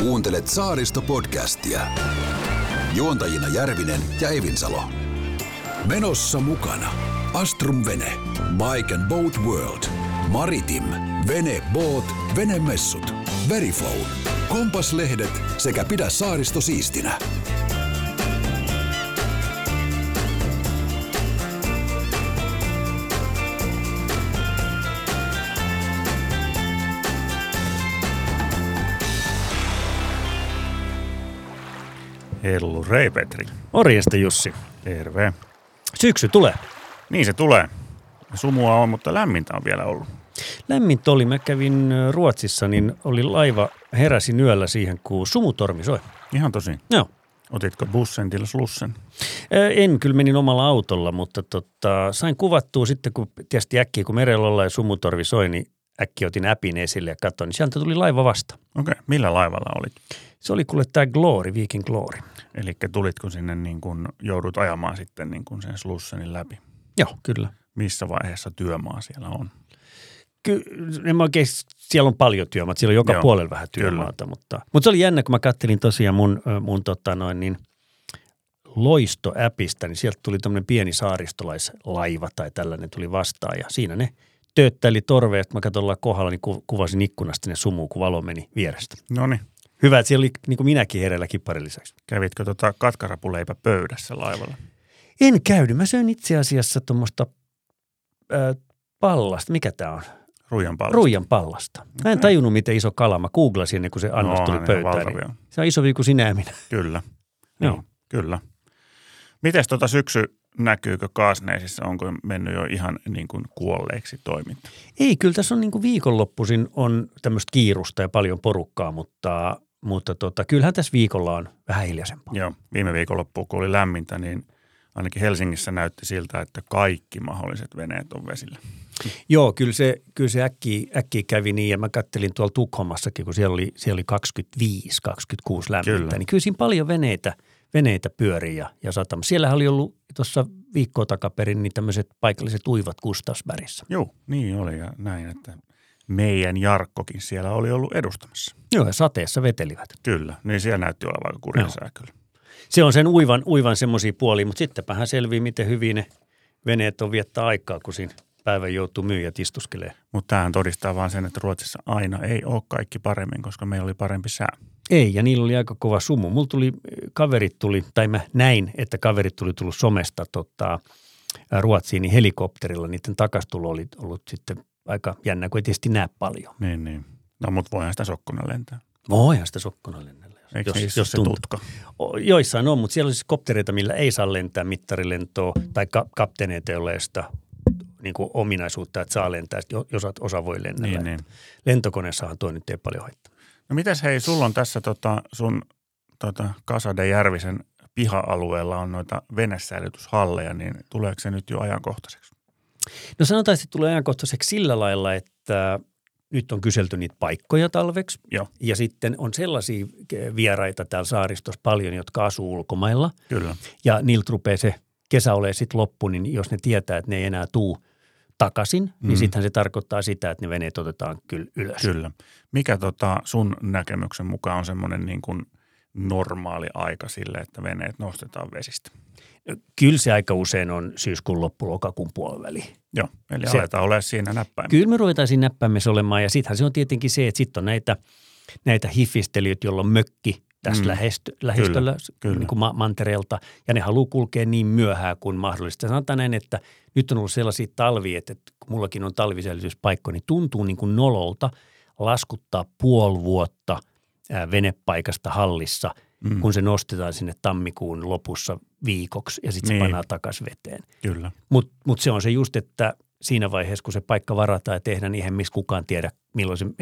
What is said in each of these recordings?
Kuuntelet Saaristo-podcastia. Juontajina Järvinen ja Evinsalo. Menossa mukana Astrum Vene, Bike and Boat World, Maritim, Vene Boat, Venemessut, Veriflow, Kompaslehdet sekä Pidä Saaristo siistinä. Hellu rei Petri. Morjesta Jussi. Terve. Syksy tulee. Niin se tulee. Sumua on, mutta lämmintä on vielä ollut. Lämmintä oli. Mä kävin Ruotsissa, niin oli laiva, heräsin yöllä siihen, kun sumutormi soi. Ihan tosi. Joo. Otitko bussen till Slussen? En, kyllä menin omalla autolla, mutta sain kuvattua sitten, kun tietysti äkkiä, kun merellä ollaan ja sumutorvi soi, niin äkkiä otin appin esille ja katsoin, niin sieltä tuli laiva vasta. Okei. Millä laivalla olit? Se oli kuule tämä Glory, Viking Glory. Eli tulitko sinne niin kuin joudut ajamaan sitten niin kuin sen Slussenin läpi? Joo, kyllä. Missä vaiheessa työmaa siellä on? Kyllä, oikein, siellä on paljon työmaata, siellä on joka puolella vähän työmaata, mutta se oli jännä, kun mä kattelin tosiaan mun niin Loisto-äpistä, niin sieltä tuli tämmöinen pieni saaristolaislaiva tai tällainen tuli vastaan ja siinä ne tööttäili torveja, että mä katsoin olla kohdalla, niin kuvasin ikkunasta ne sumuu, kun valo meni vierestä. Noniin. Hyvä, että siellä oli niin kuin minäkin hereillä kipparin lisäksi. Kävitkö katkarapuleipä pöydässä laivalla? En käynyt. Mä söin itse asiassa tuommoista pallasta. Mikä tää on? Ruijan pallasta. Mä en tajunnut, miten iso kala. Mä googlasin ennen kuin se annos tuli pöytään. Niin se on isompi kuin sinä ja minä. Kyllä. Joo. Niin, kyllä. Mites syksy näkyykö Kaasneisissa? Onko mennyt jo ihan niin kuin kuolleeksi toiminta? Ei, kyllä tässä on niin kuin viikonloppuisin on tämmöistä kiirusta ja paljon porukkaa, mutta kyllähän tässä viikolla on vähän hiljaisempaa. Joo, viime viikonloppuun kun oli lämmintä, niin ainakin Helsingissä näytti siltä, että kaikki mahdolliset veneet on vesillä. Joo, kyllä se äkkiä kävi niin ja mä kattelin tuolla Tukholmassakin, kun siellä oli 25-26 lämmintä, niin kyllä siinä paljon veneitä pyörii ja satama. Siellähän oli ollut tuossa viikkoa takaperin niin tämmöiset paikalliset uivat Gustavsbergissä. Joo, niin oli ja näin, että meidän Jarkkokin siellä oli ollut edustamassa. Joo, ja sateessa vetelivät. Kyllä, niin siellä näytti olevan aika kurja sää kyllä. Se on sen uivan semmoisia puolia, mutta sittenpähän selvii, miten hyvin ne veneet on viettää aikaa, kun siinä päivän joutuu myyjät istuskelee. Mutta tämähän todistaa vaan sen, että Ruotsissa aina ei ole kaikki paremmin, koska meillä oli parempi sää. Ei, ja niillä oli aika kova sumu. Mä näin, että kaverit tullut somesta Ruotsiin niin helikopterilla. Niiden takastulo oli ollut sitten aika jännä, kun ei tietysti näe paljon. Niin. No, mutta voihan sitä sokkona lentää. Voihan sitä sokkona lentää. Jos se tutka? Joissain on, mutta siellä on siis koptereita, millä ei saa lentää mittarilentoa tai kapteeneita, joilla ei sitä niin kuin ominaisuutta, että saa lentää, jos osa voi lennellä. Niin. Lentokoneessahan tuo nyt ei paljon haittaa. No mitäs hei, sulla on tässä sun Kasade Järvisen piha-alueella on noita venesäilytyshalleja, niin tuleeko se nyt jo ajankohtaiseksi? No sanotaan, että se tulee ajankohtaiseksi sillä lailla, että nyt on kyselty niitä paikkoja talveksi. Joo. Ja sitten on sellaisia vieraita täällä saaristossa paljon, jotka asuu ulkomailla. Kyllä. Ja niiltä rupeaa se kesä olemaan sitten loppu, niin jos ne tietää, että ne ei enää tuu takaisin, niin sittenhän se tarkoittaa sitä, että ne veneet otetaan kyllä ylös. Kyllä. Mikä sun näkemyksen mukaan on semmoinen niin kuin normaali aika sille, että veneet nostetaan vesistä? Kyllä se aika usein on syyskuun loppu, lokakuun puoliväli. Joo, eli aletaan olemaan siinä näppäimessä. Kyllä me ruvetaan siinä näppäimessä olemaan ja sittenhän se on tietenkin se, että sitten on näitä hifistelijöitä, joilla on mökki tässä lähistöllä niin kuin mantereelta ja ne haluaa kulkea niin myöhään kuin mahdollista. Sanotaan näin, että nyt on ollut sellaisia talvia, että kun mullakin on talvisäilytyspaikka, niin tuntuu niin kuin nololta laskuttaa puoli vuotta venepaikasta hallissa, kun se nostetaan sinne tammikuun lopussa viikoksi ja sitten se pannaan takaisin veteen. Kyllä. Mut se on se just, että siinä vaiheessa, kun se paikka varataan ja tehdään, niin eihän missä kukaan tiedä, milloin se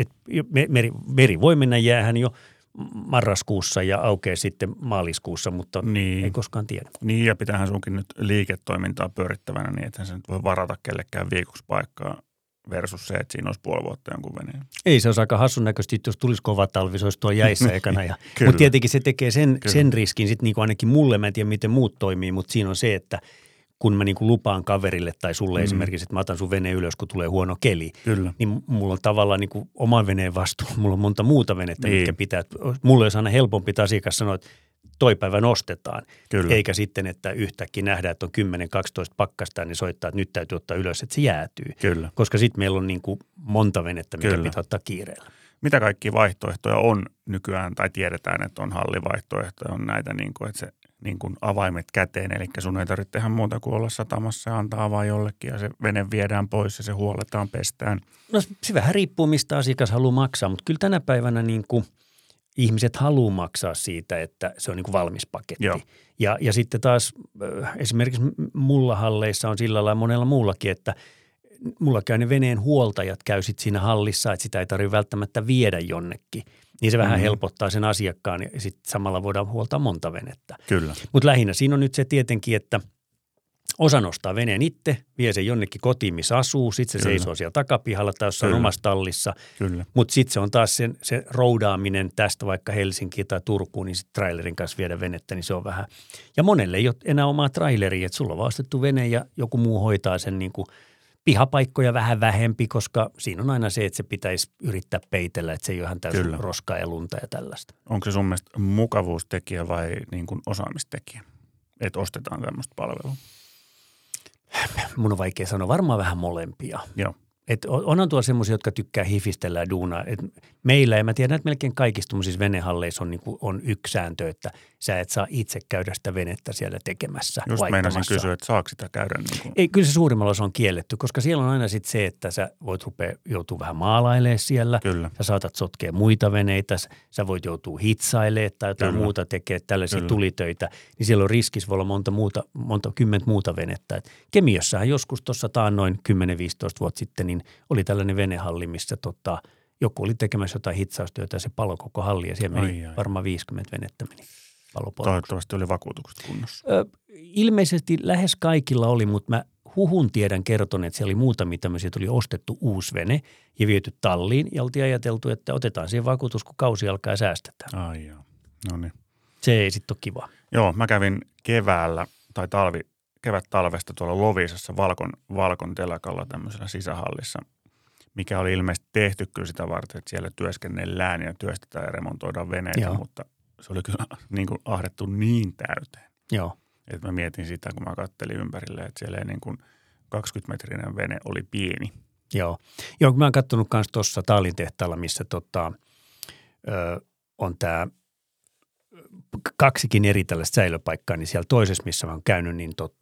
meri voi mennä jäähän jo marraskuussa ja aukeaa sitten maaliskuussa, mutta ei koskaan tiedä. Niin, ja pitäähän sunkin nyt liiketoimintaa pyörittävänä niin, että se nyt voi varata kellekään viikoksi paikkaa versus se, että siinä olisi puoli vuotta jonkun veneen. Ei, se olisi aika hassun näköisesti, jos tulisi kova talvi, se olisi tuo jäissä ekana. Mutta tietenkin se tekee sen riskin sitten niin kuin ainakin mulle, mä en tiedä miten muut toimii, mutta siinä on se, että kun mä niin kuin lupaan kaverille tai sulle esimerkiksi, että mä otan sun veneen ylös, kun tulee huono keli. Kyllä. Niin mulla on tavallaan niin kuin oman veneen vastuulla. Mulla on monta muuta venettä, mitkä pitää. Mulla olisi aina helpompi, että asiakas sanoo, että toi päivä nostetaan. Kyllä. Eikä sitten, että yhtäkkiä nähdään, että on 10-12 pakkasta, niin soittaa, että nyt täytyy ottaa ylös, että se jäätyy. Kyllä. Koska sitten meillä on niin kuin monta venettä, mikä pitää ottaa kiireellä. Mitä kaikkia vaihtoehtoja on nykyään, tai tiedetään, että on hallivaihtoehtoja, on näitä, niin kuin, että se niin kuin avaimet käteen, eli sun ei tarvitse tehdä muuta kuin olla satamassa ja antaa avain jollekin, ja se vene viedään pois ja se huolletaan, pestään. No se vähän riippuu, mistä asiakas haluaa maksaa, mutta kyllä tänä päivänä niin kuin ihmiset haluaa maksaa siitä, että se on niin kuin valmis paketti. Joo. Ja sitten taas esimerkiksi mulla halleissa on sillä lailla monella muullakin, että mulla käy ne veneen huoltajat käy sitten siinä hallissa, että sitä ei tarvitse välttämättä viedä jonnekin. Niin se vähän helpottaa sen asiakkaan ja sitten samalla voidaan huoltaa monta venettä. Kyllä. Mutta lähinnä siinä on nyt se tietenkin, että osa nostaa veneen itse, vie sen jonnekin kotiin, missä asuu, sitten se seisoo siellä takapihalla tai jossain omassa tallissa. Mutta sitten se on taas se roudaaminen tästä vaikka Helsinkiin tai Turkuun, niin sitten trailerin kanssa viedä venettä, niin se on vähän. Ja monelle ei ole enää omaa traileria, että sulla on vastettu vene ja joku muu hoitaa sen niin kuin pihapaikkoja vähän vähempi, koska siinä on aina se, että se pitäisi yrittää peitellä, että se ei ole ihan täysin roskaa ja lunta ja tällaista. Onko se sun mielestä mukavuustekijä vai niin kuin osaamistekijä, että ostetaan tämmöistä palvelua? Mun on vaikea sanoa, varmaan vähän molempia. Joo. Et onhan tuolla semmoisia, jotka tykkää hifistellä ja duunaa. Et meillä, ja mä tiedän, että melkein kaikissa tuollaisissa venehalleissa on yksi sääntö, että sä et saa itse käydä sitä venettä siellä tekemässä. Just meinasin kysyä, että saako sitä käydä niin kuin? Ei, kyllä se suurimmalla osalla on kielletty, koska siellä on aina sitten se, että sä voit joutua vähän maalailemaan siellä. Kyllä. Sä saatat sotkea muita veneitä, sä voit joutua hitsailemaan tai jotain muuta tekemään tällaisia tulitöitä. Niin siellä on riskissä voi olla monta kymmentä muuta venettä. Et Kemiössähän joskus tuossa noin 10-15 vuotta sitten, niin oli tällainen venehalli, missä joku oli tekemässä jotain hitsaustyötä ja se palo koko halli ja siellä meni varmaan 50 venettä meni palopolkuksi. Toivottavasti oli vakuutukset kunnossa. Ilmeisesti lähes kaikilla oli, mutta mä huhun tiedän kertonut, että siellä oli muutamia tämmöisiä, että oli ostettu uusi vene ja viety talliin ja oltiin ajateltu, että otetaan siihen vakuutus, kun kausi alkaa ja säästetään. Ai joo, no niin. Se ei sitten ole kiva. Joo, mä kävin keväällä tai kevät-talvesta tuolla Loviisassa Valkon telakalla tämmöisellä sisähallissa, mikä oli ilmeisesti tehty kyllä sitä varten, että siellä työskennellään ja työstetään ja remontoidaan veneitä, mutta se oli kyllä niin kuin ahdettu niin täyteen. Joo. Että mä mietin sitä, kun mä kattelin ympärille, että siellä ei niin kuin 20-metrinen vene oli pieni. Joo, kun mä oon katsonut myös tuossa Taalin tehtaalla, missä on tämä kaksikin eri tällaista säilöpaikkaa, niin siellä toisessa, missä mä oon käynyt,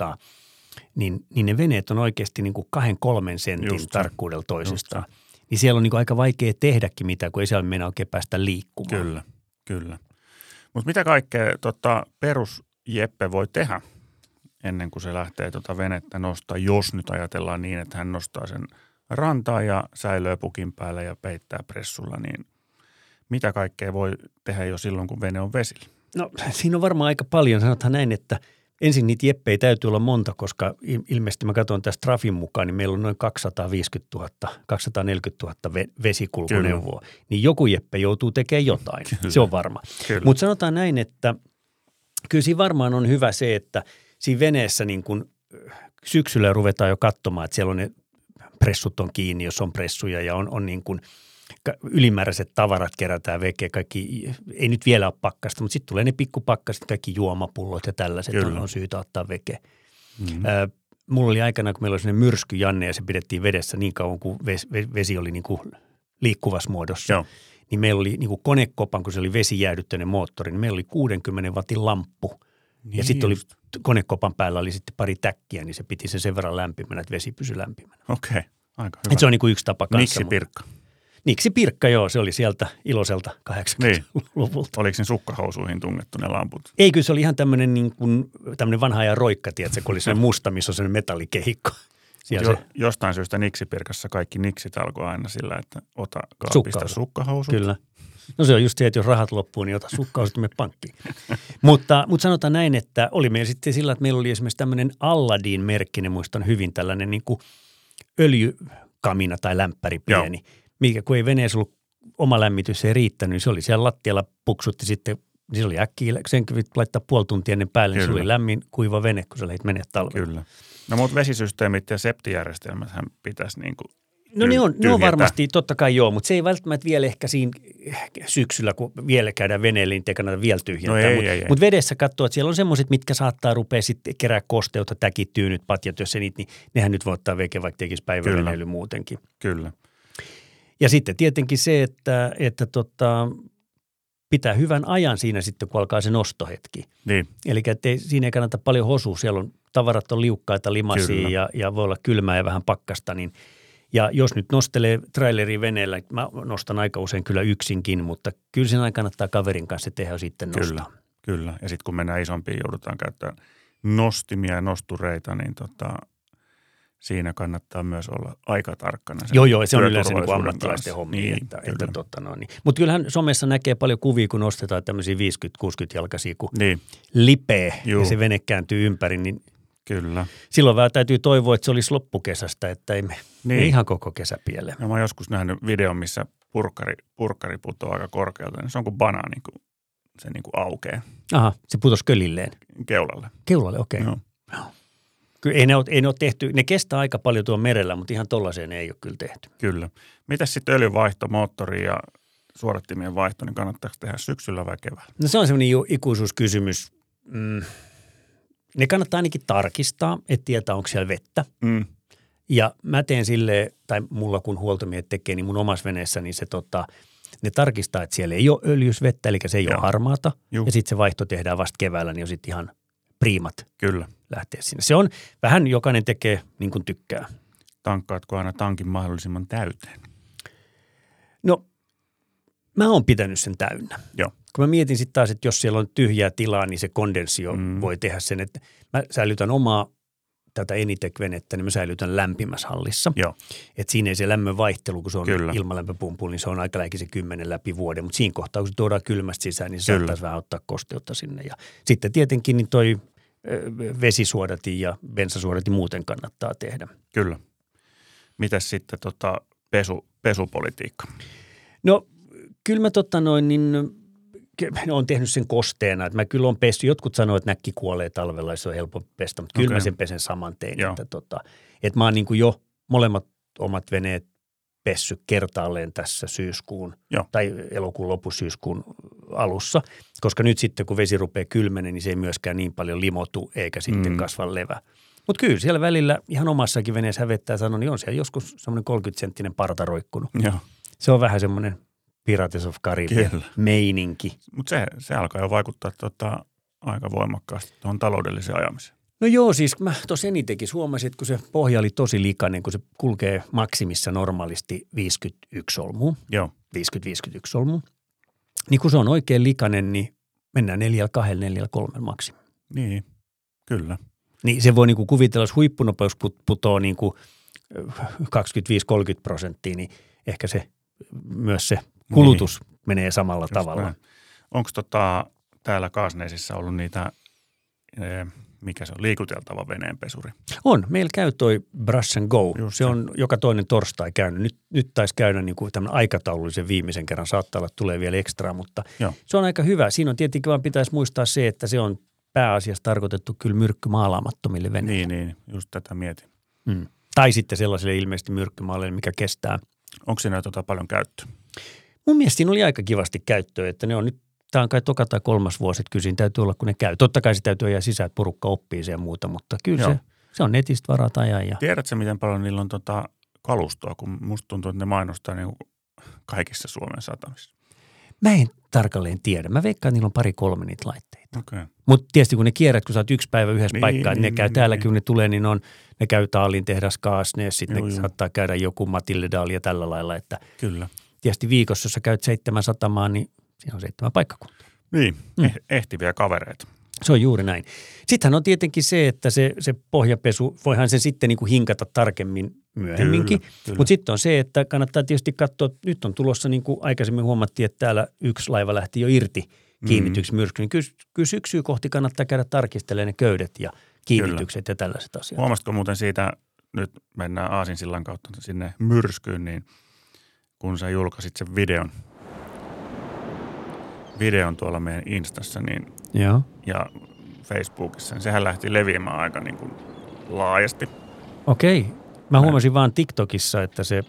niin ne veneet on oikeasti niin kuin 2-3 sentin tarkkuudella toisistaan. Niin siellä on niin kuin aika vaikea tehdäkin mitään, kun ei siellä mennä oikein päästä liikkumaan. Kyllä. Mutta mitä kaikkea perus Jeppe voi tehdä ennen kuin se lähtee venettä nostaa, jos nyt ajatellaan niin, että hän nostaa sen rantaan ja säilöö pukin päälle ja peittää pressulla, niin mitä kaikkea voi tehdä jo silloin, kun vene on vesillä? No siinä on varmaan aika paljon. Sanotaan näin, että ensin niitä jeppejä täytyy olla monta, koska ilmeisesti mä katson tästä Trafin mukaan, niin meillä on noin 250 000, 240 000 vesikulkuneuvoa. Kyllä. Niin joku jeppe joutuu tekemään jotain, se on varma. Mutta sanotaan näin, että kyllä siinä varmaan on hyvä se, että siinä veneessä niin kun syksyllä ruvetaan jo katsomaan, että siellä on ne pressut on kiinni, jos on pressuja ja on niin kuin ylimääräiset tavarat kerätään veke, kaikki, ei nyt vielä ole pakkasta, mutta sitten tulee ne pikkupakkaset, kaikki juomapullot ja tällaiset on syytä ottaa veke. Mm-hmm. Mulla oli aikana, kun meillä oli sellainen myrsky Janne ja se pidettiin vedessä niin kauan, kun vesi oli niin kuin liikkuvassa muodossa. Joo. Niin meillä oli niin kuin konekopan, kun se oli vesijäähdyttäinen moottori, niin meillä oli 60 wattin lamppu. Niin ja sitten oli konekopan päällä oli sitten pari täkkiä, niin se piti sen verran lämpimänä, että vesi pysyi lämpimänä. Okei, aika hyvä. Et se on niin kuin yksi tapa kanssa. Niksipirkka. Niksipirkka, joo, se oli sieltä iloiselta 80-luvulta. Oliko ne sukkahousuihin tungettu ne lamput? Ei, kyllä se oli ihan tämmöinen niin kuin, vanha ajan roikka, tiedätkö, kun oli se musta, missä on sellainen metallikehikko. Jostain syystä niksipirkassa kaikki niksit alkoi aina sillä, että ota kaapista sukkahousut. Kyllä. No se on just se, että jos rahat loppuu, niin ota sukkahousut ja mene pankkiin. mutta sanotaan näin, että oli meillä sitten sillä, että meillä oli esimerkiksi tämmöinen Aladdin-merkkinen, muistan hyvin tällainen niin kuin öljykamina tai lämpäri pieni. Mikä kun ei veneessä ollut oma lämmitys ei riittänyt, niin se oli siellä lattialla, puksutti sitten Niin se oli äkkiä, sen kävit laittaa puoli tuntia ennen päälle, niin se oli lämmin, kuiva vene, kun sä lähdit menee talvella. Kyllä. No mutta vesisysteemit ja septijärjestelmäthän pitäisi niin kuin No ne on varmasti, totta kai joo, mutta se ei välttämättä vielä ehkä siinä syksyllä, kun vielä käydään veneellä, niin ei kannata vielä tyhjentää. Mutta vedessä katsoo, että siellä on semmoiset, mitkä saattaa rupea sitten kerää kosteutta, täkit, tyynyt, patjat, jos se niitä, niin nehän nyt voi ottaa veke, vaikka tekisi päiväveneily muutenkin. Kyllä. Ja sitten tietenkin se, että pitää hyvän ajan siinä sitten, kun alkaa se nostohetki. Niin. Eli siinä ei kannata paljon hosua, siellä on tavarat on liukkaita, limaisia ja voi olla kylmää ja vähän pakkasta, niin ja jos nyt nostelee trailerin veneellä, mä nostan aika usein kyllä yksinkin, mutta kyllä siinä kannattaa kaverin kanssa tehdä sitten nostaa. Kyllä. Ja sitten kun mennään isompiin, joudutaan käyttämään nostimia ja nostureita, niin siinä kannattaa myös olla aika tarkkana. Joo, se on yleensä niin kuin ammattilaisten hommia. Mutta kyllähän somessa näkee paljon kuvia, kun nostetaan tämmöisiä 50-60 jalkaisia, kun lipee ja se vene kääntyy ympäri, niin kyllä. Silloin vähän täytyy toivoa, että se olisi loppukesästä, että ei ihan koko kesä pieleen. No, mä oon joskus nähnyt videon, missä purkkari putoaa aika korkealta, niin se on kuin banaani, kun se niin kuin aukeaa. Aha, se putosi kölilleen. Keulalle. Keulalle, okei. Okay. Joo. Kyllä ei ne ole tehty, ne kestää aika paljon tuon merellä, mutta ihan tollaiseen ei ole kyllä tehty. Kyllä. Mitäs sitten öljynvaihto, moottori ja suodattimien vaihto, niin kannattaako tehdä syksyllä vai keväällä? No se on semmoinen ikuisuuskysymys. Ne kannattaa ainakin tarkistaa, että tietää, onko siellä vettä. Ja mä teen silleen, tai mulla kun huoltomiehet tekee, niin mun omassa veneessä, niin se ne tarkistaa, että siellä ei ole öljysvettä, eli se ei ole harmaata. Ja sitten se vaihto tehdään vasta keväällä, niin on sitten ihan priimat lähteä sinne. Se on, vähän jokainen tekee niin kuin tykkää. Tankkaatko aina tankin mahdollisimman täyteen? No, mä oon pitänyt sen täynnä. Joo. Kun mä mietin sitten taas, että jos siellä on tyhjää tilaa, niin se kondensio voi tehdä sen, että mä säilytän omaa tätä Enitek-venettä, niin mä säilytän lämpimässä hallissa. Joo. Että siinä ei se lämmön vaihtelu, kun se on ilmalämpöpumpulla, niin se on aika läikin se 10 läpi vuoden. Mutta siinä kohtaa, kun se tuodaan kylmästä sisään, niin se saattaisi vähän ottaa kosteutta sinne. Ja sitten tietenkin niin toi vesisuodati ja bensasuodati muuten kannattaa tehdä. Kyllä. Mitäs sitten pesupolitiikka? No kyllä mä olen tehnyt sen kosteena, että mä kyllä olen pesty. Jotkut sanoo, että näkki kuolee talvella ja se on helppo pestä, mutta kyllä mä sen pesen saman tein. Että mä oon niin kuin jo molemmat omat veneet pessy kertaalleen tässä syyskuun tai elokuun lopusyyskuun alussa, koska nyt sitten kun vesi rupeaa kylmenen, niin se ei myöskään niin paljon limotu eikä sitten kasva levä. Mutta kyllä siellä välillä ihan omassakin veneessä hävettää sanoa, niin on siellä joskus semmoinen 30-senttinen parta roikkunut. Joo. Se on vähän semmoinen Pirates of Caribbean meininki. Mutta se alkaa jo vaikuttaa aika voimakkaasti tuohon taloudelliseen ajamiseen. No joo, siis mä tuossa Enitekin huomasin, että kun se pohja oli tosi likainen, kun se kulkee maksimissa normaalisti 51 solmuun. Joo. 50-51 solmuun. Niin kun se on oikein likainen, niin mennään 4-2-4-3 maksimi. Niin, kyllä. Niin se voi niinku kuvitella, jos huippunopeus putoo niinku 25-30%, niin ehkä se myös se kulutus menee samalla just tavalla. Onko täällä Kaasneisissa ollut niitä, mikä se on, liikuteltava veneenpesuri? On. Meillä käy toi Brush and Go. Just se on joka toinen torstai käynyt. Nyt taisi käydä niin kuin tämmöinen aikataulullisen viimeisen kerran. Saattaa olla, tulee vielä ekstraa, mutta se on aika hyvä. Siinä on tietenkin vaan pitäisi muistaa se, että se on pääasiassa tarkoitettu kyllä myrkkymaalaamattomille veneille. Niin, just tätä mietin. Tai sitten sellaiselle ilmeisesti myrkkymaalle, mikä kestää. Onko siinä paljon käyttöä? Mun mielestä siinä oli aika kivasti käyttöä, että ne on nyt, tämä on kai toka tai kolmas vuosi, että kyllä siinä täytyy olla, kun ne käy. Totta kai se täytyy ajaa sisään, että porukka oppii sen ja muuta, mutta kyllä se on netistä varat ajaa. Ja tiedätkö, miten paljon niillä on kalustoa, kun musta tuntuu, että ne mainostaa niin kaikissa Suomen satamissa? Mä en tarkalleen tiedä. Mä veikkaan, että niillä on 2-3 niitä laitteita. Okay. Mutta tietysti kun ne kierrät, kun sä oot yksi päivä yhdessä paikkaa, niin ne käy täälläkin, kun ne tulee, niin ne käy Taalin tehdas Kaasnees, sitten ne saattaa käydä joku Matilledal ja tällä lailla. Että kyllä. Tietysti viikossa, jos sä käyt 7 satamaa, niin siinä on 7 paikkakuntaa. Niin, ehtiviä kavereita. Se on juuri näin. Sittenhän on tietenkin se, että se pohjapesu, voihan se sitten niin kuin hinkata tarkemmin myöhemminkin. Mutta sitten on se, että kannattaa tietysti katsoa, nyt on tulossa niin kuin aikaisemmin huomattiin, että täällä yksi laiva lähti jo irti kiinnityksi myrskyyn. Kyllä syksyä kohti kannattaa käydä tarkistelemaan ne köydet ja kiinnitykset ja tällaiset asiat. Huomasitko muuten siitä, nyt mennään Aasinsillan kautta sinne myrskyyn, niin kun sä julkaisit sen videon, videon tuolla meidän Instassa niin, Joo. ja Facebookissa, niin sehän lähti leviämään aika niin kuin laajasti. Okei. Mä huomasin vaan TikTokissa, että se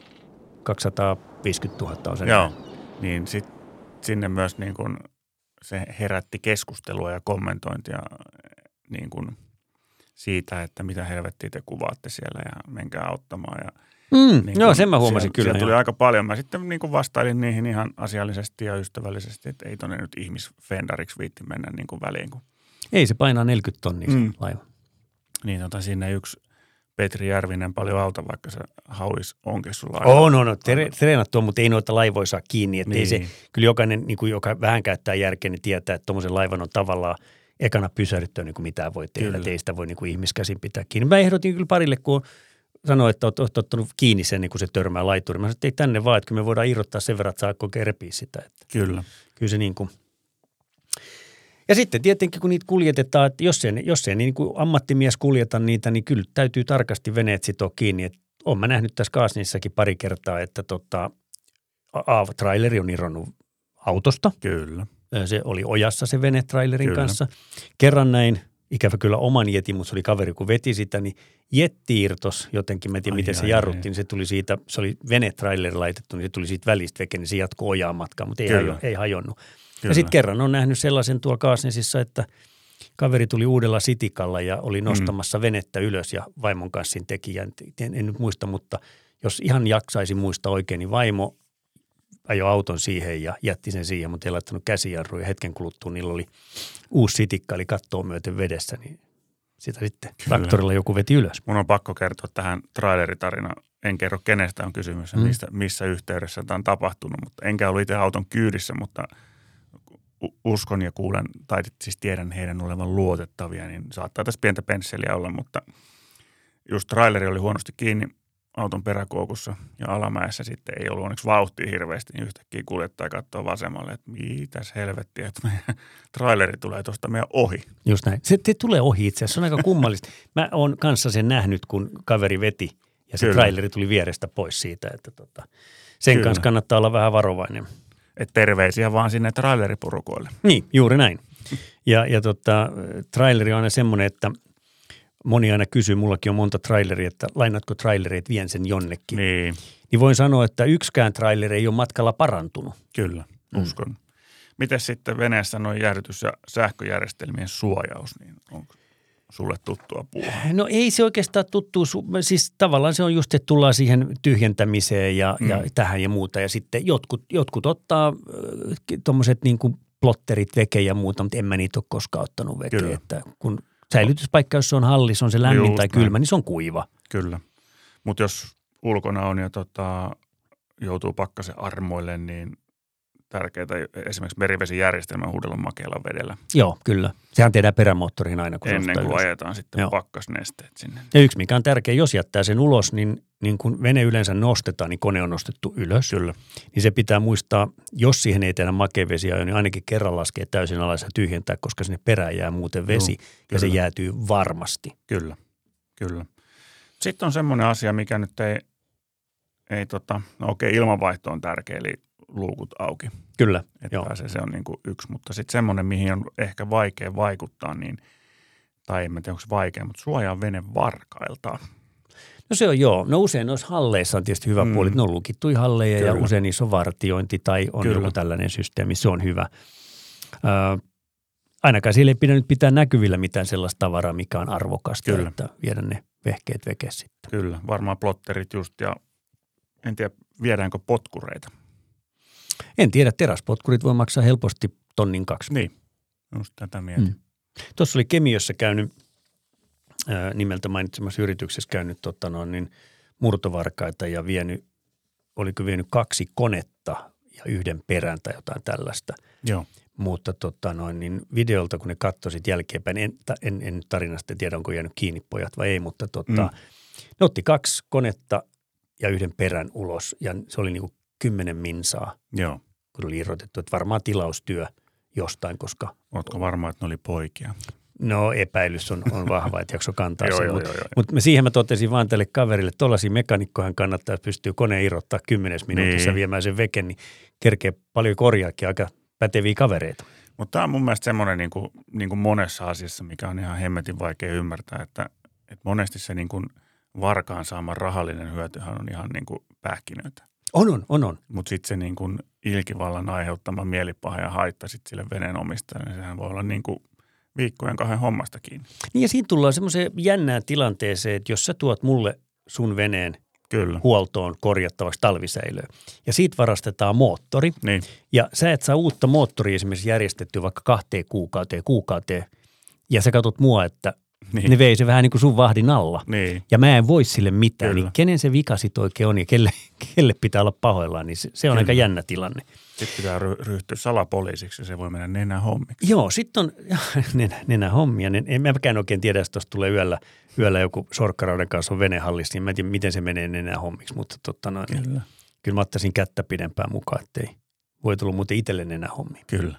250 000 on sen. Joo, niin sinne myös niin kuin se herätti keskustelua ja kommentointia niin kuin siitä, että mitä helvettiä te kuvaatte siellä ja menkää auttamaan. Ja niin joo, sen mä huomasin kyllä. Siellä tuli aika paljon. Mä sitten niin kuin vastailin niihin ihan asiallisesti ja ystävällisesti, että ei tonne nyt ihmisfendariksi viitti mennä niin kuin väliin. Ei se painaa 40 tonnia se laiva. Niin sinne yksi Petri Järvinen paljon auta, vaikka se hauis onkin sulla. Treenattua, mutta ei noita laivoja saa kiinni. Että niin. Ei se, kyllä jokainen, niin kuin, joka vähän käyttää järkeä, niin tietää, että tuommoisen laivan on tavallaan ekana pysähdyttyä, niin kuin mitään voi tehdä. Että ei sitä voi niin kuin ihmiskäsin pitää kiinni. Mä ehdotin kyllä parille, kun sanoi, että olet ottanut kiinni sen, niin kun se törmää laituriin. Mä sanoin, että ei tänne vaan, että kyllä me voidaan irrottaa sen verran, että saa koko repiä sitä. Että kyllä. Kyllä se niin kuin. Ja sitten tietenkin, kun niitä kuljetetaan, että jos ei niin kuin ammattimies kuljeta niitä, niin kyllä täytyy tarkasti veneet sitoa kiinni. Että olen mä nähnyt tässä Kaasnissakin pari kertaa, että traileri on irronnut autosta. Kyllä. Se oli ojassa se vene trailerin kanssa. Kerran näin, ikävä kyllä oman jetin, mutta se oli kaveri, kun veti sitä, niin jetti irtos jotenkin. Mä en tiedä, miten se jarrutti, niin se tuli siitä, se oli vene-traileri laitettu, niin se tuli siitä välistä veke, niin se jatkoi ojaan matkaan, mutta ei hajonnut. Kyllä. Ja sitten kerran on nähnyt sellaisen tuolla Kaasnesissa, että kaveri tuli uudella sitikalla ja oli nostamassa venettä ylös ja vaimon kanssa siinä teki. En nyt muista, mutta jos ihan jaksaisi muistaa oikein, niin vaimo ajoi auton siihen ja jätti sen siihen, mutta ei laittanut käsijarruja. Hetken kuluttua niillä oli uusi sitikka, eli kattoa myöten vedessä, niin sitä sitten traktorilla joku veti ylös. Mun on pakko kertoa tähän traileritarinan. En kerro, kenestä on kysymys ja missä yhteydessä tämä on tapahtunut, mutta enkä ollut itse auton kyydissä, mutta uskon ja kuulen, tai siis tiedän heidän olevan luotettavia, niin saattaa tässä pientä pensseliä olla, mutta just traileri oli huonosti kiinni auton peräkuokussa ja alamäessä sitten ei ollut onneksi vauhtia hirveästi, niin yhtäkkiä kuljettaja katsoo vasemmalle, että mitäs helvettiä, että meidän traileri tulee tuosta meidän ohi. Just näin. Se tulee ohi itse asiassa, se on aika kummallista. Mä oon kanssa sen nähnyt, kun kaveri veti ja se traileri tuli vierestä pois siitä, että sen kanssa kannattaa olla vähän varovainen. Että terveisiä vaan sinne traileriporukoille. Niin, juuri näin. Ja traileri on aina semmoinen, että moni aina kysyy, mullakin on monta traileria, että lainatko trailereet, vien sen jonnekin. Niin voin sanoa, että yksikään traileri ei ole matkalla parantunut. Kyllä, uskon. Miten sitten veneessä noin jäähdytys- ja sähköjärjestelmien suojaus, niin onko sulle tuttua puhua? No ei se oikeastaan tuttua, siis tavallaan se on just, että tullaan siihen tyhjentämiseen ja tähän ja muuta. Ja sitten jotkut ottaa tuommoiset niin kuin plotterit veke ja muuta, mutta en mä niitä ole koskaan ottanut veke. Kyllä. Että kun säilytyspaikka, jos se on hallis, on se lämmin just tai kylmä, niin se on kuiva. Kyllä, mutta jos ulkona on ja joutuu pakkasen armoille, niin tärkeää esimerkiksi merivesijärjestelmän huudella makealla vedellä. Joo, kyllä. Sehän tehdään perämoottoriin aina, kun ennen kuin ajetaan sitten pakkasnesteet sinne. Ja yksi, mikä on tärkeä, jos jättää sen ulos, niin kun vene yleensä nostetaan, niin kone on nostettu ylös. Kyllä. Niin se pitää muistaa, jos siihen ei tehdä makevesiä, niin ainakin kerran laskee täysin alas ja tyhjentää, koska sinne perään jää muuten vesi ja se jäätyy varmasti. Kyllä, kyllä. Sitten on semmoinen asia, mikä nyt ilmanvaihto on tärkeä, eli luukut auki. Kyllä, se on niin kuin yksi, mutta sitten semmoinen, mihin on ehkä vaikea vaikuttaa, niin, tai en tiedä, onko se vaikea, mutta suojaa vene varkailta. No se on joo. No usein noissa halleissa on tietysti hyvä puoli, että ne on lukittuja halleja ja usein niissä on vartiointi tai on joku tällainen systeemi, se on hyvä. Ainakaan siellä ei pidä nyt pitää näkyvillä mitään sellaista tavaraa, mikä on arvokasta, että viedä ne vehkeet veke sitten. Kyllä, varmaan plotterit just ja en tiedä, viedäänkö potkureita. En tiedä, teräspotkurit voi maksaa helposti 1,2 tonnia. Niin, just tätä mietin. Tuossa oli Kemiössä käynyt, nimeltä mainitsemassa yrityksessä käynyt murtovarkaita ja oliko vienyt 2 konetta ja 1 perän tai jotain tällaista. Joo. Mutta niin videolta, kun ne katsoivat jälkeenpäin, en nyt tarinasta tiedä, onko jäänyt kiinni pojat vai ei, mutta ne otti 2 konetta ja 1 perän ulos ja se oli 10 minsaa. Joo. Kun oli irrotettu, että varmaan tilaustyö jostain, koska... Ootko varma, että ne oli poikia? No epäilys on vahva, että jakso kantaa sen. Mutta siihen mä totesin vaan tälle kaverille, että tuollaisia mekanikkohan kannattaa, että pystyy koneen irrottaa 10 minuutissa viemään sen veken, niin kerkee paljon korjaakin aika päteviä kavereita. Mutta tämä on mun mielestä semmoinen niin kuin monessa asiassa, mikä on ihan hemmetin vaikea ymmärtää, että monesti se niin kuin varkaan saama rahallinen hyötyhän on ihan niin kuin pähkinöitä. On. Mutta sitten se niin kuin ilkivallan aiheuttama mielipaha ja haitta sitten sille veneen omistajalle, niin sehän voi olla niin kuin viikkojen 2 hommasta kiinni. Niin ja siinä tullaan semmoiseen jännään tilanteeseen, että jos sä tuot mulle sun veneen huoltoon korjattavaksi talvisäilöön ja siitä varastetaan moottori niin. Ja sä et saa uutta moottoria esimerkiksi järjestettyä vaikka 2 kuukauteen ja sä katsot mua, että ne vei se vähän niin kuin sun vahdin alla ja mä en voi sille mitään, niin kenen se vika sit oikein on ja kelle pitää olla pahoillaan, niin se on aika jännä tilanne. Sitten pitää ryhtyä salapoliisiksi ja se voi mennä nenähommiksi. Joo, sitten on nenähommia. En mäkään oikein tiedä, jos tuossa tulee yöllä joku sorkkarauden kanssa on venehallissa, niin mä en tiedä, miten se menee nenähommiksi, mutta kyllä mä ottaisin kättä pidempään mukaan, ettei voi tulla muuten itselle nenähommia. Kyllä.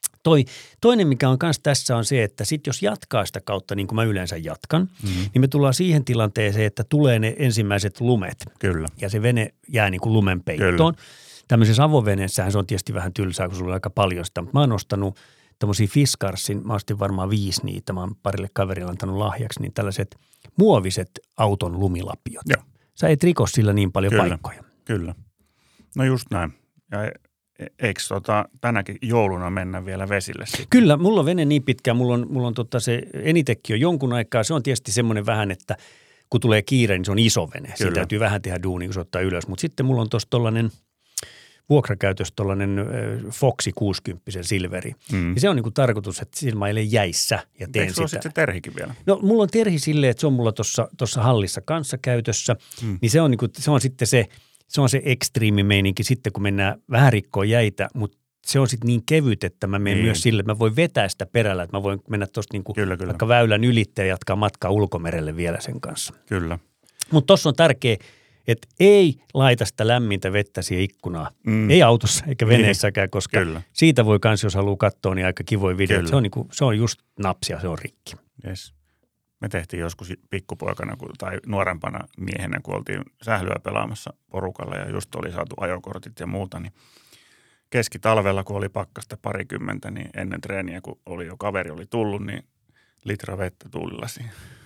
Toinen, mikä on kanssa tässä on se, että sit jos jatkaa sitä kautta, niin kuin mä yleensä jatkan, niin me tullaan siihen tilanteeseen, että tulee ne ensimmäiset lumet. Kyllä. Ja se vene jää niin kuin lumenpeittoon. Tämmöisessä avoveneessähän se on tietysti vähän tylsää, kun sulla on aika paljon sitä, mutta mä oon ostanut tämmöisiä Fiskarsin, mä ostin varmaan 5 niitä, mä oon parille kaverille antanut lahjaksi, niin tällaiset muoviset auton lumilapiot. Joo. Sä et riko sillä niin paljon paikkoja. Kyllä. No just näin. Ja eikö tänäkin jouluna mennä vielä vesille sitten? Kyllä, mulla on vene niin pitkään, mulla on se Enitekki on jonkun aikaa, se on tietysti semmoinen vähän, että kun tulee kiire, niin se on iso vene. Siinä täytyy vähän tehdä duunia, kun se ottaa ylös, mutta sitten mulla on tuossa tollainen vuokrakäytössä tollainen Foxi 60 Silveri. Ja se on niinku tarkoitus, että siinä mä eilen jäissä ja teen sitä. Eikö se ole sitten se terhikin vielä? No mulla on terhi silleen, että se on mulla tuossa hallissa kanssa käytössä, niin se on sitten se ekstriimimeininki sitten, kun mennään vähän rikkoon jäitä, mutta se on sitten niin kevyt, että mä menen myös sille, että mä voin vetää sitä perällä, että mä voin mennä tuosta niinku vaikka väylän ylitte ja jatkaa matkaa ulkomerelle vielä sen kanssa. Kyllä. Mutta tuossa on tärkeä, että ei laita sitä lämmintä vettä siihen ikkunaan. Ei autossa eikä veneessäkään, koska siitä voi kans, jos haluaa katsoa, niin aika kivoja videoita. Se on just napsia, se on rikki. Yes. Me tehtiin joskus pikkupoikana tai nuorempana miehenä, kun oltiin sählyä pelaamassa porukalla ja just oli saatu ajokortit ja muuta, niin keskitalvella, kun oli pakkasta 20, niin ennen treeniä, kun kaveri oli tullut, niin litra vettä tullasi.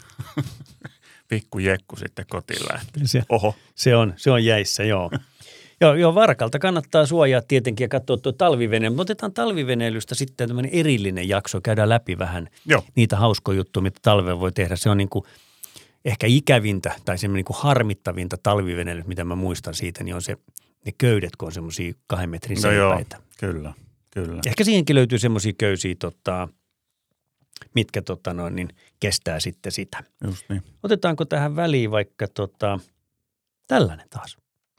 Pikku jekku sitten kotiin lähti. Oho. Se on jäissä, joo. Joo, varkalta kannattaa suojaa tietenkin ja katsoa tuo talvivene. Me otetaan talviveneilystä sitten tämmöinen erillinen jakso. Käydään läpi vähän niitä hauskoja juttuja, mitä talvella voi tehdä. Se on niin kuin ehkä ikävintä tai semmoinen niin kuin harmittavinta talviveneilystä, mitä mä muistan siitä, niin on ne köydet, kun on semmoisia 2 metrin seipäitä. Kyllä. Ehkä siihenkin löytyy semmoisia köysiä, mitkä niin kestää sitten sitä. Just niin. Otetaanko tähän väliin vaikka tällainen taas?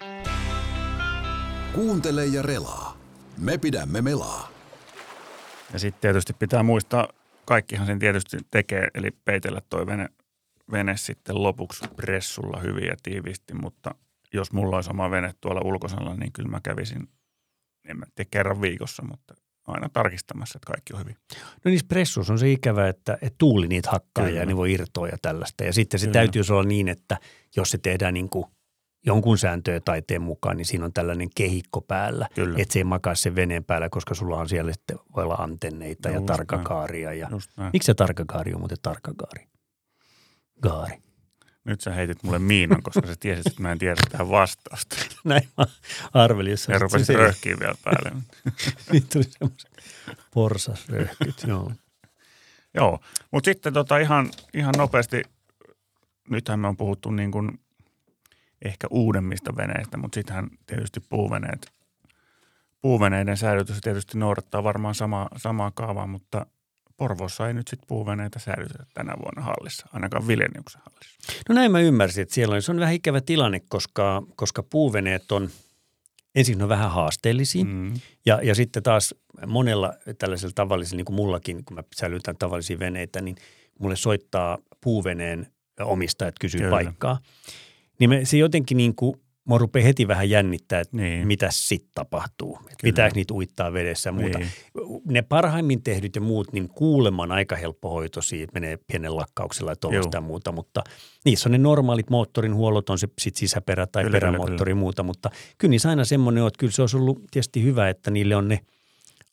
Kuuntele ja relaa. Me pidämme melaa. Ja sitten tietysti pitää muistaa, kaikkihan sen tietysti tekee, eli peitellä toi vene sitten lopuksi pressulla hyvin ja tiiviisti, mutta jos mulla olisi oma vene tuolla ulkosalla, niin kyllä mä kävisin, en mä tiedä kerran viikossa, mutta aina tarkistamassa, että kaikki on hyvin. No niissä pressuissa on se ikävä, että tuuli niitä hakkaa ja ne voi irtoa ja tällaista. Ja sitten se täytyy olla niin, että jos se tehdään niin kuin jonkun sääntöjä taiteen mukaan, niin siinä on tällainen kehikko päällä. Että se ei makaa sen veneen päällä, koska sulla on siellä sitten voi olla antenneita ja tarkakaaria. Ja miksi se tarkakaari on muuten tarkakaari? Gaari. Nyt sä heitit mulle miinan, koska sä tiesit, että mä en tiedä tähän vastausta. Näin mä arvelin. Ja rupesit röhkiä vielä päälle. Niin tuli semmoiset porsasröhkyt, joo. Joo, mutta sitten ihan nopeasti, nythän me on puhuttu niin kuin ehkä uudemmista veneistä, mutta sittenhän tietysti puuveneiden säilytys tietysti noudattaa varmaan samaa kaavaa, mutta Porvoossa ei nyt sitten puuveneitä säilytetä tänä vuonna hallissa, ainakaan Vileniuksen hallissa. No näin mä ymmärsin, että siellä se on vähän ikävä tilanne, koska puuveneet on ensin on vähän haasteellisia ja sitten taas monella tällaisella tavallisella, niin kuin mullakin, kun mä säilytän tavallisia veneitä, niin mulle soittaa puuveneen omistajat kysyy paikkaa. Niin se jotenkin niin kuin, mua rupeaa heti vähän jännittää, että mitä sitten tapahtuu. Pitääkö niitä uittaa vedessä ja muuta. Ne parhaimmin tehdyt ja muut, niin kuuleman aika helppo hoitoisia, menee pienen lakkauksella ja tuollaista ja muuta. Mutta niissä on ne normaalit moottorin huollot, on se sitten sisäperä tai perämoottori ja muuta. Mutta kyllä niissä aina semmoinen on, että kyllä se olisi ollut tietysti hyvä, että niille on ne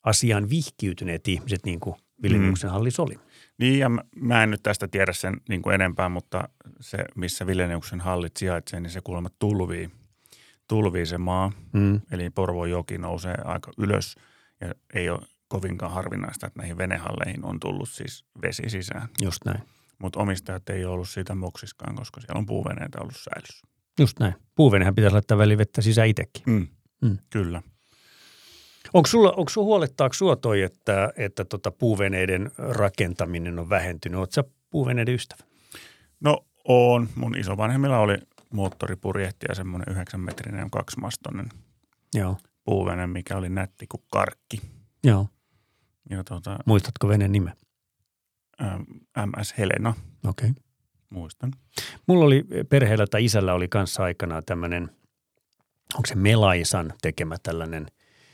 asiaan vihkiytyneet ihmiset, niin kuin Vilniuksen hallis oli. Niin, ja mä en nyt tästä tiedä sen niin kuin enempää, mutta se, missä Vilniuksen hallit sijaitsee, niin se kuulemma tulvii se maa. Eli Porvoojoki nousee aika ylös ja ei ole kovinkaan harvinaista, että näihin venehalleihin on tullut siis vesi sisään. Just näin. Mutta omistajat ei ole ollut siitä moksiskaan, koska siellä on puuveneitä ollut säilyssä. Just näin. Puuvenehän pitäisi laittaa välivettä sisään itsekin. Kyllä. Onko huolettaako sua toi, että puuveneiden rakentaminen on vähentynyt? Oletko sä puuveneiden ystävä? No on. Mun isovanhemmilla oli moottoripurjehti ja semmoinen 9-metrinen 2-mastoinen puuvene, mikä oli nätti kuin karkki. Joo. Ja muistatko veneen nimen? MS Helena. Okei. Okay. Muistan. Mulla oli perheellä tai isällä oli kanssa aikanaan tämmöinen, onko se Melaisan tekemä tällainen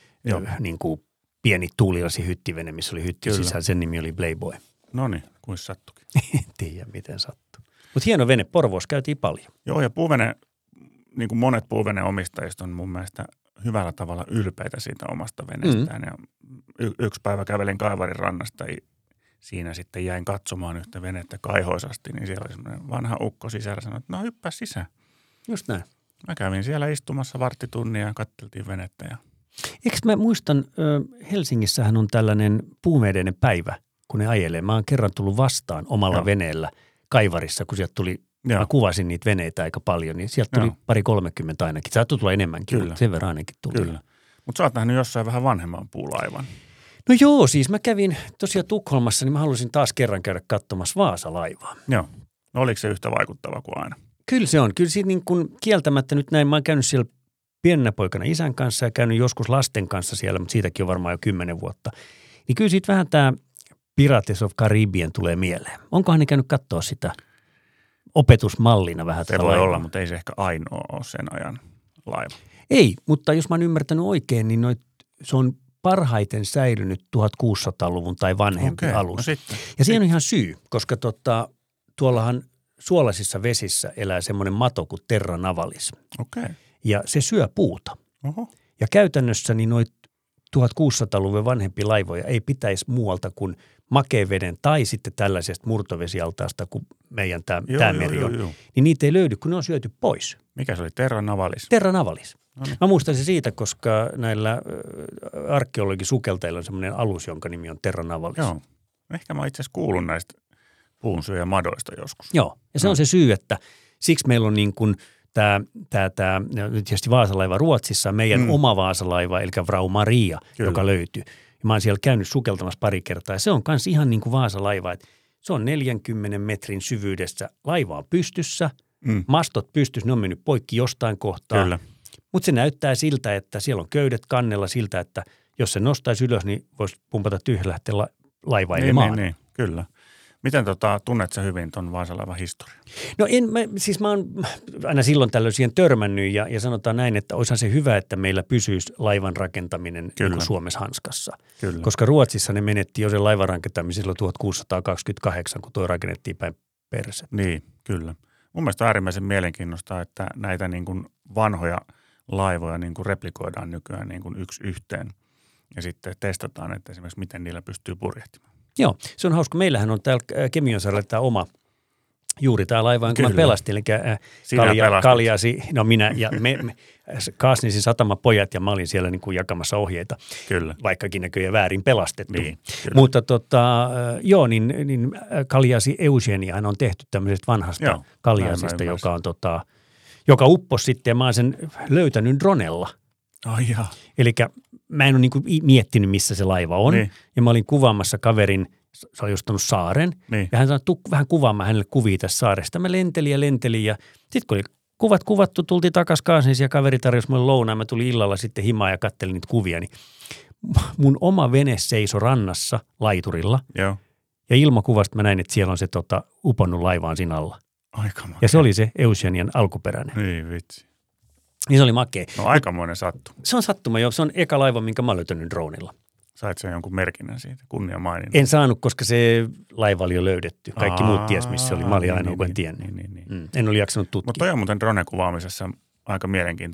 niin kuin pieni tuulilasi hyttivene, missä oli hytti sisällä. Sen nimi oli Playboy. No niin, kuin sattukin. En tiedä, miten sattuu. Mutta hieno vene. Porvoossa käytiin paljon. Joo, ja puuvene, niin kuin monet puuveneomistajista on mun mielestä hyvällä tavalla ylpeitä siitä omasta veneestään. Ja yksi päivä kävelin Kaivarin rannasta ja siinä sitten jäin katsomaan yhtä venettä kaihoisasti, niin siellä oli semmoinen vanha ukko sisällä sanoi, että no hyppää sisään. Just näin. Mä kävin siellä istumassa varttitunnin ja katteltiin venettä. Ja eikö mä muistan, Helsingissähän on tällainen puuveneiden päivä, kun ne ajelee. Mä oon kerran tullut vastaan omalla veneellä Kaivarissa, kun sieltä tuli, mä kuvasin niitä veneitä aika paljon, niin sieltä tuli 230 ainakin. Saattoi tulla enemmänkin, mutta sen verran ainakin tuli. Kyllä. Mutta sä oot nähnyt jossain vähän vanhemman puulaivan. No joo, siis mä kävin tosiaan Tukholmassa, niin mä halusin taas kerran käydä katsomassa Vaasa-laivaa. Joo. No oliko se yhtä vaikuttava kuin aina? Kyllä se on. Kyllä siitä niin kuin kieltämättä nyt näin, mä oon käynyt siellä pienenä poikana isän kanssa ja käynyt joskus lasten kanssa siellä, mutta siitäkin on varmaan jo 10 vuotta. Niin kyllä siitä vähän tämä Pirates of Caribbean tulee mieleen. Onkohan ne käynyt katsoa sitä opetusmallina vähän tätä laivaa? Se voi olla, mutta ei se ehkä ainoa ole sen ajan laiva. Ei, mutta jos mä oon ymmärtänyt oikein, niin se on parhaiten säilynyt 1600-luvun tai vanhempi alus. No ja siihen on ihan syy, koska tuollahan suolaisissa vesissä elää semmoinen mato kuin Terra Navalis. Okei. Ja se syö puuta. Oho. Ja käytännössä niin noita 1600-luvun vanhempia laivoja ei pitäisi muualta kuin Makeveden tai sitten tällaisesta murtovesialtaasta, kun meidän tämä meri on. Niin niitä ei löydy, kun ne on syöty pois. Mikä se oli? Terra Navalis? Terra Navalis. No niin. Mä muistan se siitä, koska näillä arkeologisukelteilla on semmoinen alus, jonka nimi on Terra Navalis. Joo. Ehkä mä itse asiassa kuulun näistä puunsyöjämadoista joskus. Joo. Ja se on se syy, että siksi meillä on niin kuin tämä tietysti Vaasalaiva Ruotsissa, meidän oma Vaasalaiva, eli Frau Maria, joka löytyy. Ja mä oon siellä käynyt sukeltamassa pari kertaa. Ja se on myös ihan niin kuin Vaasalaiva, että se on 40 metrin syvyydessä. Laiva on pystyssä, mastot pystyssä, ne on mennyt poikki jostain kohtaa. Kyllä. Mutta se näyttää siltä, että siellä on köydet kannella siltä, että jos se nostaisi ylös, niin voisi pumpata tyhjä lähteä laivailemaan. Niin, kyllä. Miten tunnet sä hyvin ton Vaasalaivan historian? No mä oon aina silloin tällöin siihen törmännyt ja sanotaan näin, että olisihan se hyvä, että meillä pysyisi laivan rakentaminen niin Suomessa hanskassa. Kyllä. Koska Ruotsissa ne menetti jo sen laivan rakentamisen silloin 1628, kun tuo rakennettiin päin perse. Niin, kyllä. Mun mielestä on äärimmäisen mielenkiintoista, että näitä niin kuin vanhoja laivoja niin kuin replikoidaan nykyään niin kuin yksi yhteen ja sitten testataan, että esimerkiksi miten niillä pystyy purjehtimaan. Joo, se on hauska. Meillähän on täällä Kemiönsaarella tämä oma, juuri tämä laiva, jonka mä pelastin, eli Kaljasi, no minä ja me Kaasnisin satamapojat ja mä olin siellä niin kuin jakamassa ohjeita, kyllä. Vaikkakin näköjään väärin pelastettu. Niin, mutta niin Kaljasi Eugeniahan on tehty tämmöisestä vanhasta Kaljasista, joka on joka upposi sitten ja mä oon sen löytänyt dronella. Ai jaa. Elikkä mä en ole niin kuin miettinyt, missä se laiva on. Niin. Ja mä olin kuvaamassa kaverin, se oli ostanut saaren. Niin. Ja hän sanoi, että vähän kuvaamaan hänelle kuvia tässä saaresta. Mä lentelin ja sitten kun oli kuvattu, tultiin takaisin Kaasnisiin ja kaveri tarjosi mulle lounaan. Mä tulin illalla sitten himaan ja kattelin niitä kuvia. Niin mun oma vene seisoi rannassa laiturilla. Joo. Ja ilmakuvasta mä näin, että siellä on se uponnut laivaan siinä alla. Aikamoinen. Ja se oli se Eugenian alkuperäinen. Niin vitsi. Niin se oli makea. No aikamoinen sattuma. Se on sattuma, joo. Se on eka laiva, minkä mä oon löytänyt dronella. Sait sen jonkun merkinnän siitä, kunniamaininnan? En saanut, koska se laiva oli jo löydetty. Kaikki muut ties, missä se oli. Mä olin ainoa, kun en tiennyt. En ole jaksanut tutkia. Mutta toi on muuten drone-kuvaamisessa aika mielenkiintoinen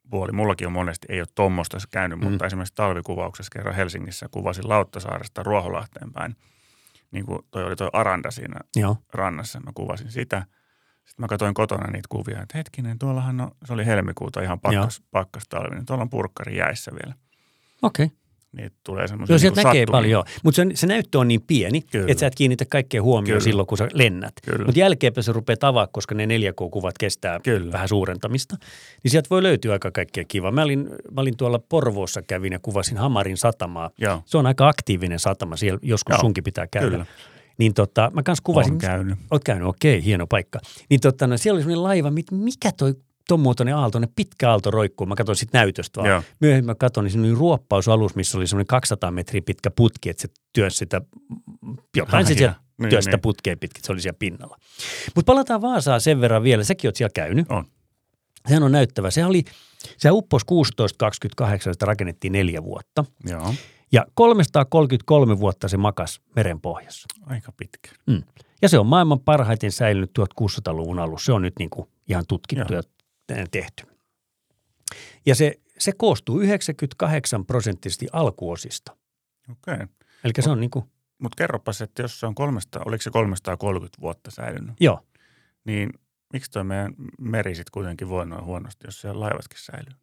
puoli. Mullakin on monesti, ei ole tuommoista käynyt, mutta esimerkiksi talvikuvauksessa kerran Helsingissä kuvasin Lauttasaaresta Ruoholahteen päin. Niin kuin oli toi Aranda siinä rannassa, mä kuvasin sitä. Sitten mä katsoin kotona niitä kuvia, että hetkinen, tuollahan se oli helmikuuta ihan pakkastalvi, niin tuolla on purkkari jäissä vielä. Okei. Niitä tulee semmoisia joo, sieltä näkee paljon, mutta se näyttö on niin pieni, Kyllä. että sä et kiinnitä kaikkea huomioon silloin, kun sä lennät. Mutta jälkeenpä se rupeaa tavaa, koska ne 4K-kuvat kestää vähän suurentamista. Niin sieltä voi löytyä aika kaikkea kivaa. Mä olin tuolla Porvoossa kävin ja kuvasin Hamarin satamaa. Joo. Se on aika aktiivinen satama, siellä joskus sunkin pitää käydä. Kyllä. Niin mä kans kuvasin. Olen käynyt. Oot käynyt, okei, hieno paikka. Niin siellä oli semmoinen laiva, mikä ton muotoinen aalto, ne pitkä aalto roikkuu. Mä katsoin sit näytöstä vaan. Joo. Myöhemmin mä katsoin, niin semmoinen ruoppausalus, missä oli semmoinen 200 metriä pitkä putki, että se työnsi sitä, jotain se siellä työsi sitä putkeen pitkin, se oli siellä pinnalla. Mutta palataan Vaasaan sen verran vielä, säkin oot siellä käynyt. On. Sehän on näyttävä. Se upposi 16-28, sitä rakennettiin 4 vuotta. Joo. Ja 333 vuotta se makas merenpohjassa. Aika pitkä. Ja se on maailman parhaiten säilynyt 1600-luvun alussa. Se on nyt niinku ihan tutkittu ja tehty. Ja se koostuu 98% alkuosista. Okei. Eli se on niinku. Mutta kerropas, että jos se on oliko se 330 vuotta säilynyt? Joo. Niin miksi toi meidän meri sitten kuitenkin voi noin huonosti, jos siellä laivatkin säilyy?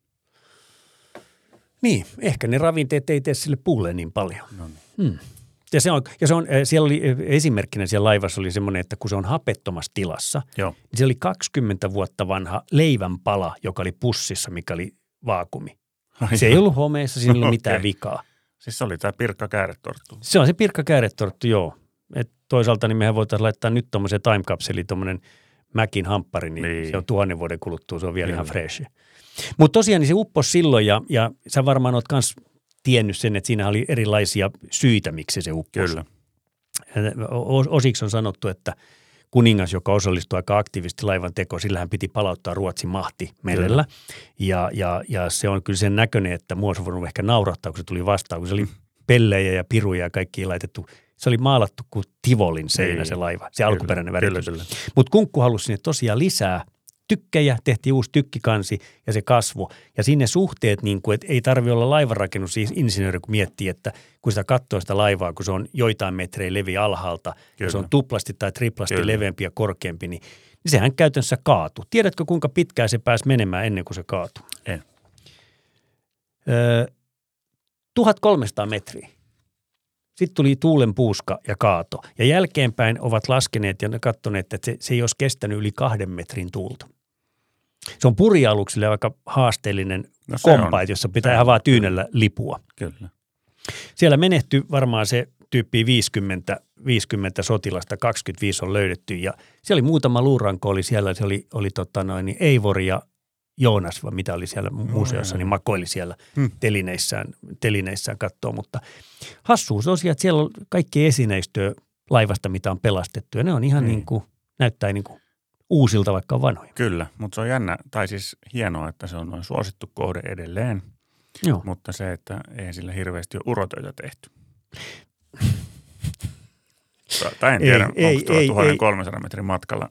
Niin, ehkä ne ravinteet ei tee sille puulle niin paljon. No niin. Ja siellä oli esimerkkinä siellä laivassa oli semmoinen, että kun se on hapettomassa tilassa, niin se oli 20 vuotta vanha leivänpala, joka oli pussissa, mikä oli vaakumi. Se ei ollut homeessa, siinä ei ollut mitään vikaa. Siis se oli tämä pirkkakääretorttu. Se on se pirkkakääretorttu, joo. Et toisaalta niin mehän voitaisiin laittaa nyt tuommoisen time-kapseliin, tuommoinen Mäkin hamppari, niin se on 1000 vuoden kuluttua, se on vielä ihan fresh. Mutta tosiaan niin se upposi silloin ja sä varmaan oot kans tiennyt sen, että siinä oli erilaisia syitä, miksi se upposi. Kyllä. Osiksi on sanottu, että kuningas, joka osallistui aika aktiivisesti laivan tekoon, sillä hän piti palauttaa Ruotsin mahti merellä. Ja se on kyllä sen näköinen, että mua olisi voinut ehkä naurattaa, kun se tuli vastaan, kun se oli pellejä ja piruja ja kaikki laitettu. Se oli maalattu kuin Tivolin seinä se laiva, se alkuperäinen väritys. Mutta Kunkku halusi sinne tosiaan lisää tykkejä, tehtiin uusi tykkikansi ja se kasvoi. Ja sinne suhteet, niin kuin, että ei tarvitse olla laivanrakennusinsinööri, kun miettii, että kun sitä katsoo sitä laivaa, kun se on joitain metrejä levi alhaalta, ja se on tuplasti tai triplasti leveämpi ja korkeampi, niin sehän käytännössä kaatui. Tiedätkö, kuinka pitkään se pääsi menemään ennen kuin se kaatui? En. 1300 metriä. Sitten tuli tuulen puuska ja kaato. Ja jälkeenpäin ovat laskeneet ja katsoneet, että se ei olisi kestänyt yli 2 metrin tuulta. Se on purjealuksille aika haasteellinen kompa, jossa pitää ihan vaan tyynellä lipua. Kyllä. Siellä menehtyi varmaan se tyyppi 50 sotilasta, 25 on löydetty ja siellä oli muutama luuranko oli siellä, se oli Eivor ja Joonas, vai mitä oli siellä museossa, niin makoili siellä telineissään katsoa, mutta hassuus on että siellä on kaikki esineistöä laivasta, mitä on pelastettu ja ne on ihan niin kuin, näyttää niin kuin uusilta, vaikka on vanhoja. Kyllä, mutta se on jännä, tai siis hienoa, että se on noin suosittu kohde edelleen, mutta se, että ei sillä hirveästi ole urotöitä tehty. Tai en tiedä, onko tuolla 1300 metrin matkalla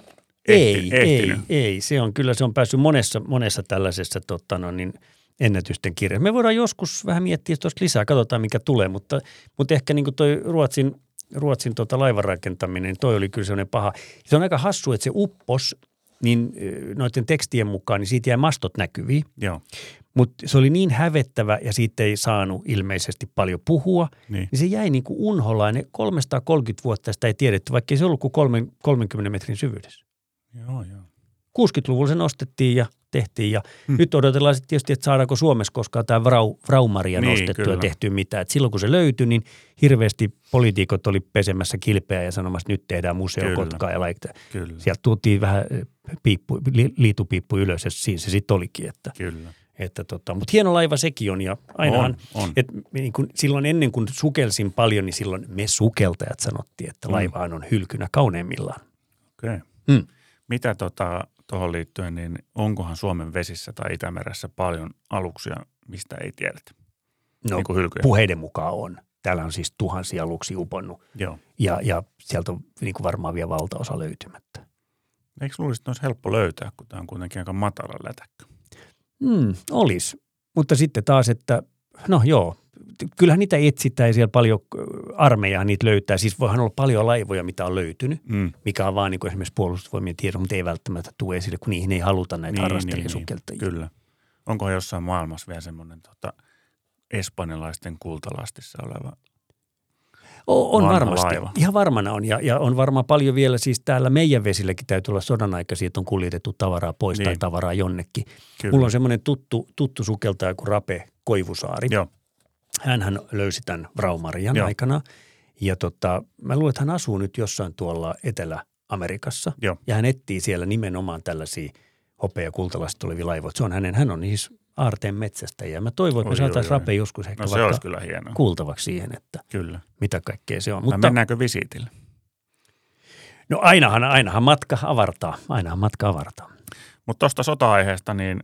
Ei. Se on päässyt monessa tällaisessa ennätysten kirjassa. Me voidaan joskus vähän miettiä tuosta lisää, katsotaan mikä tulee, mutta ehkä niin kuin toi Ruotsin laivanrakentaminen, niin toi oli kyllä sellainen paha. Se on aika hassu, että se uppos, niin noiden tekstien mukaan, niin siitä jäi mastot näkyviin. Joo. Mutta se oli niin hävettävä ja siitä ei saanut ilmeisesti paljon puhua, niin se jäi niin kuin unholaan. 330 vuotta sitä ei tiedetty, vaikka ei se ollut kuin 30 metrin syvyydessä. Joo. 60-luvulla se nostettiin ja tehtiin ja nyt odotellaan sitten tietysti, että saadaanko Suomessa koskaan tämä Vraumaria nostettua ja tehtyä mitään. Et silloin kun se löytyi, niin hirveästi poliitikot oli pesemässä kilpeä ja sanomassa, että nyt tehdään museo Kotkaa ja laittaa. Sieltä tuotiin vähän liitupiippu ylös ja siinä se sitten olikin. Mutta hieno laiva sekin on ja ainahan, että niin silloin ennen kuin sukelsin paljon, niin silloin me sukeltajat sanottiin, että laivahan on hylkynä kauneimmillaan. Okei. Mitä tuohon liittyen, niin onkohan Suomen vesissä tai Itämeressä paljon aluksia, mistä ei tiedetä? No niin puheiden mukaan on. Täällä on siis tuhansia aluksia uponnut. Joo. Ja sieltä on niin kuin varmaan vielä valtaosa löytymättä. Eikö luulisi, että olisi helppo löytää, kun tämä on kuitenkin aika matala lätäkkö? Olisi. Mutta sitten taas, että no joo, kyllähän niitä etsitään ja siellä paljon armeijaa niitä löytää. Siis voihan olla paljon laivoja, mitä on löytynyt, mikä on vaan niin kuin esimerkiksi puolustusvoimien tiedon, mutta ei välttämättä tule esille, kun niihin ei haluta näitä harrastelijasukeltajia. Kyllä. Onko jossain maailmassa vielä semmoinen espanjalaisten kultalastissa oleva on varmasti. laiva? Ihan varmana on. Ja on varmaan paljon vielä, siis täällä meidän vesilläkin täytyy olla sodan aikaisia, että on kuljetettu tavaraa pois tai tavaraa jonnekin. Kyllä. Mulla on semmoinen tuttu sukeltaja kuin Rape Koivusaari. Joo. Hänhän löysi tämän Vraumarian aikana. Ja mä luulen, että hän asuu nyt jossain tuolla Etelä-Amerikassa. Joo. Ja hän etsii siellä nimenomaan tällaisia hopea- ja kultalaiset olevia laivoja. Se on hän on siis aarteen metsästäjä. Mä toivon, että me saataisiin Rape joskus ehkä se olisi kyllä hienoa. Kuultavaksi siihen, että mitä kaikkea se on. Mutta mennäänkö visiitille? No ainahan matka avartaa. Mutta tuosta sota-aiheesta niin.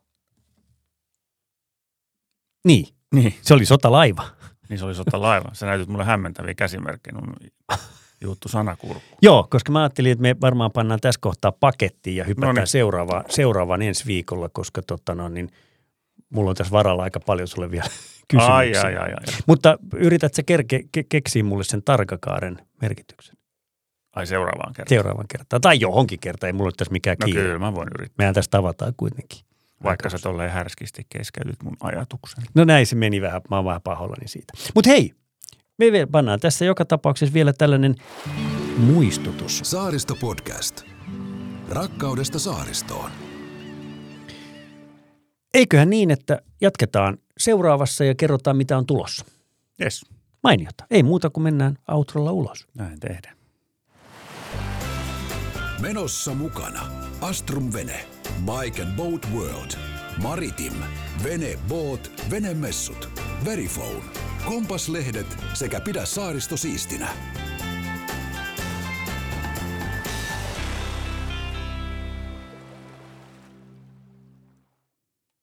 Niin, se oli sotalaiva. Niin se oli sotalaiva. Sä näytit mulle hämmentäviä käsimerkkejä. Juuttu sanakurkku. Joo, koska mä ajattelin, että me varmaan pannaan tässä kohtaa pakettiin ja hypätään seuraavaan ensi viikolla, koska niin mulla on tässä varalla aika paljon sulle vielä kysymyksiä. Ai. Mutta yrität sä keksiä mulle sen tarkakaaren merkityksen? Ai seuraavaan kertaan? Seuraavaan kertaan. Tai johonkin kertaan, ei mulla ole tässä mikään kiire. No kyllä, mä voin yrittää. Mehän tässä tavataan kuitenkin. Vaikka sä tolleen härskisti keskeytyt mun ajatuksen. No näin se meni vähän, mä oon vähän pahoillani siitä. Mutta hei, me pannaan tässä joka tapauksessa vielä tällainen muistutus. Saaristo Podcast. Rakkaudesta saaristoon. Eiköhän niin, että jatketaan seuraavassa ja kerrotaan, mitä on tulossa. Yes. Mainiota. Ei muuta kuin mennään outrolla ulos. Näin tehdään. Menossa mukana Astrum Vene, Bike and Boat World, Maritim, Vene Boat, Venemessut, Verifone, Kompaslehdet sekä Pidä saaristo siistinä.